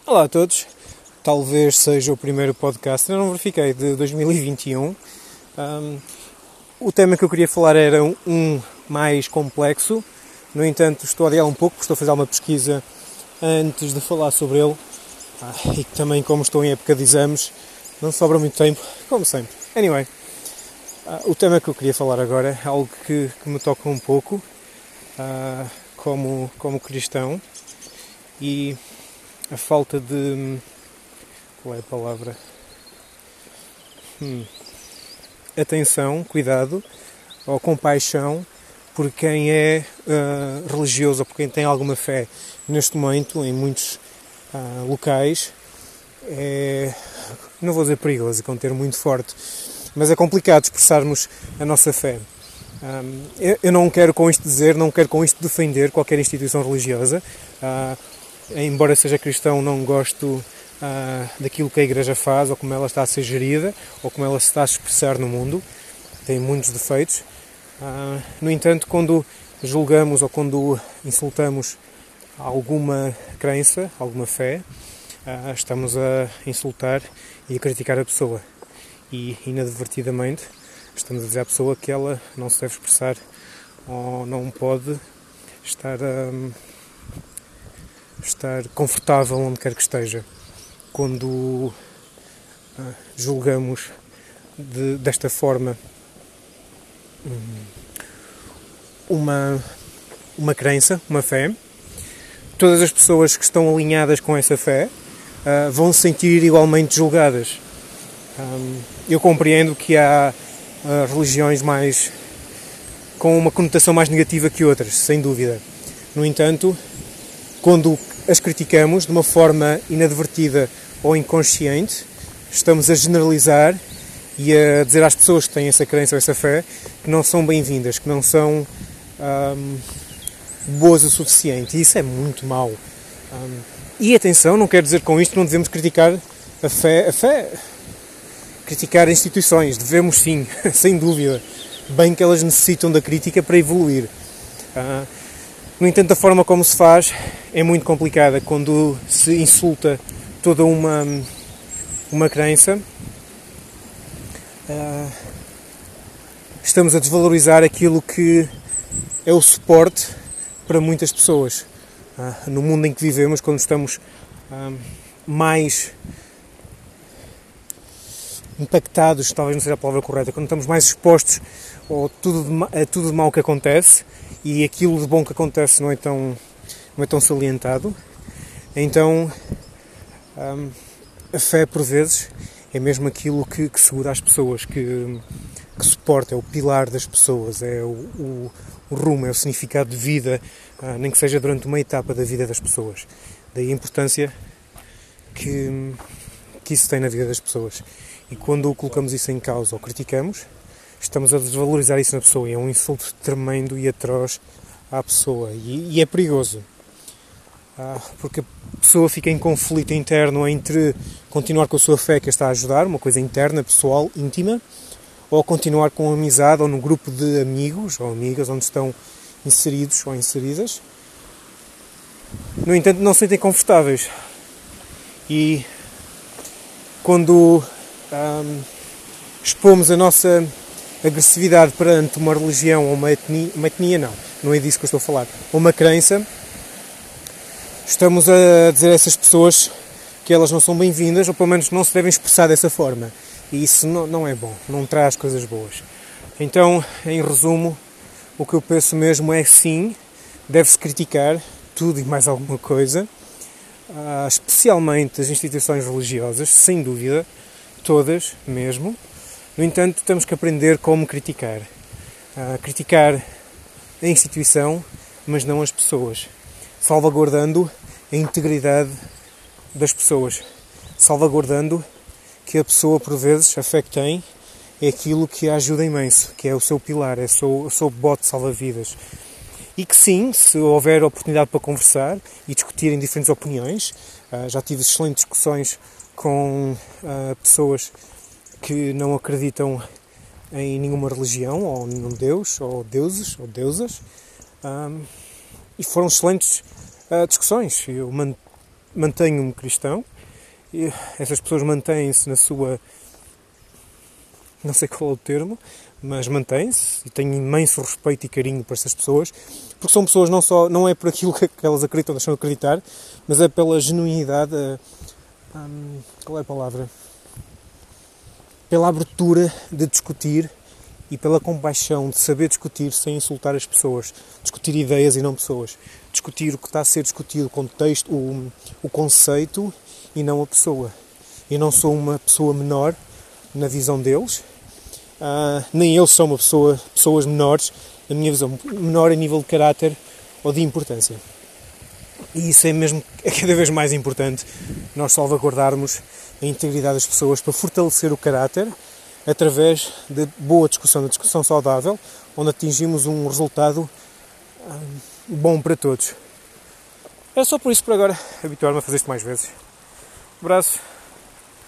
Olá a todos, talvez seja o primeiro podcast, eu não verifiquei, de 2021. O tema que eu queria falar era um mais complexo, no entanto estou a adiar um pouco, porque estou a fazer uma pesquisa antes de falar sobre ele. E também, como estou em época de exames, não sobra muito tempo, como sempre. Anyway, o tema que eu queria falar agora é algo que me toca um pouco, como cristão, e a falta de... qual é a palavra? Atenção, cuidado, ou compaixão por quem é religioso ou por quem tem alguma fé. Neste momento, em muitos locais, não vou dizer perigoso, que é um termo muito forte, mas é complicado expressarmos a nossa fé. Eu não quero com isto dizer, não quero com isto defender qualquer instituição religiosa. Embora seja cristão, não gosto daquilo que a Igreja faz, ou como ela está a ser gerida, ou como ela se está a expressar no mundo. Tem muitos defeitos. No entanto, quando julgamos ou quando insultamos alguma crença, alguma fé, estamos a insultar e a criticar a pessoa. E, inadvertidamente, estamos a dizer à pessoa que ela não se deve expressar ou não pode estar confortável onde quer que esteja. Quando julgamos desta forma uma crença, uma fé, todas as pessoas que estão alinhadas com essa fé vão se sentir igualmente julgadas. Eu compreendo que há religiões com uma conotação mais negativa que outras, sem dúvida. No entanto, quando as criticamos de uma forma inadvertida ou inconsciente, estamos a generalizar e a dizer às pessoas que têm essa crença ou essa fé que não são bem-vindas, que não são boas o suficiente. E isso é muito mau. E atenção, não quero dizer com isto que não devemos criticar a fé, criticar instituições. Devemos sim, sem dúvida, bem que elas necessitam da crítica para evoluir. No entanto, a forma como se faz é muito complicada. Quando se insulta toda uma crença, estamos a desvalorizar aquilo que é o suporte para muitas pessoas. No mundo em que vivemos, quando estamos mais impactados, talvez não seja a palavra correta, quando estamos mais expostos a tudo de mau que acontece, e aquilo de bom que acontece não é tão salientado, então a fé, por vezes, é mesmo aquilo que segura as pessoas, que suporta, é o pilar das pessoas, é o rumo, é o significado de vida, nem que seja durante uma etapa da vida das pessoas. Daí a importância que isso tem na vida das pessoas. E quando colocamos isso em causa ou criticamos, estamos a desvalorizar isso na pessoa, e é um insulto tremendo e atroz à pessoa, e é perigoso, porque a pessoa fica em conflito interno entre continuar com a sua fé, que a está a ajudar, uma coisa interna, pessoal, íntima, ou continuar com a amizade ou no grupo de amigos ou amigas onde estão inseridos ou inseridas. No entanto, não se sentem confortáveis, e quando expomos a nossa agressividade perante uma religião ou uma etnia, não é disso que eu estou a falar, ou uma crença, estamos a dizer a essas pessoas que elas não são bem-vindas, ou pelo menos não se devem expressar dessa forma, e isso não é bom, não traz coisas boas. Então, em resumo, o que eu penso mesmo é que sim, deve-se criticar tudo e mais alguma coisa, especialmente as instituições religiosas, sem dúvida, todas mesmo. No entanto, temos que aprender como criticar. Criticar a instituição, mas não as pessoas. Salvaguardando a integridade das pessoas. Salvaguardando que a pessoa, por vezes, a fé que tem, é aquilo que a ajuda imenso, que é o seu pilar, é o seu bote salva-vidas. E que sim, se houver oportunidade para conversar e discutir em diferentes opiniões, já tive excelentes discussões com pessoas que não acreditam em nenhuma religião, ou nenhum deus, ou deuses, ou deusas, e foram excelentes discussões. Eu mantenho-me cristão, e essas pessoas mantêm-se na sua... não sei qual é o termo, mas mantêm-se, e tenho imenso respeito e carinho por essas pessoas, porque são pessoas não é por aquilo que elas acreditam, deixam de acreditar, mas é pela genuinidade, qual é a palavra? Pela abertura de discutir e pela compaixão de saber discutir sem insultar as pessoas, discutir ideias e não pessoas, discutir o que está a ser discutido, o contexto, o conceito e não a pessoa. Eu não sou uma pessoa menor na visão deles, nem eles são pessoas menores, na minha visão, menor a nível de caráter ou de importância. E isso é cada vez mais importante, nós salvaguardarmos a integridade das pessoas para fortalecer o caráter através de boa discussão, de discussão saudável, onde atingimos um resultado bom para todos. É só por isso por agora, habituar-me a fazer isto mais vezes. Um abraço.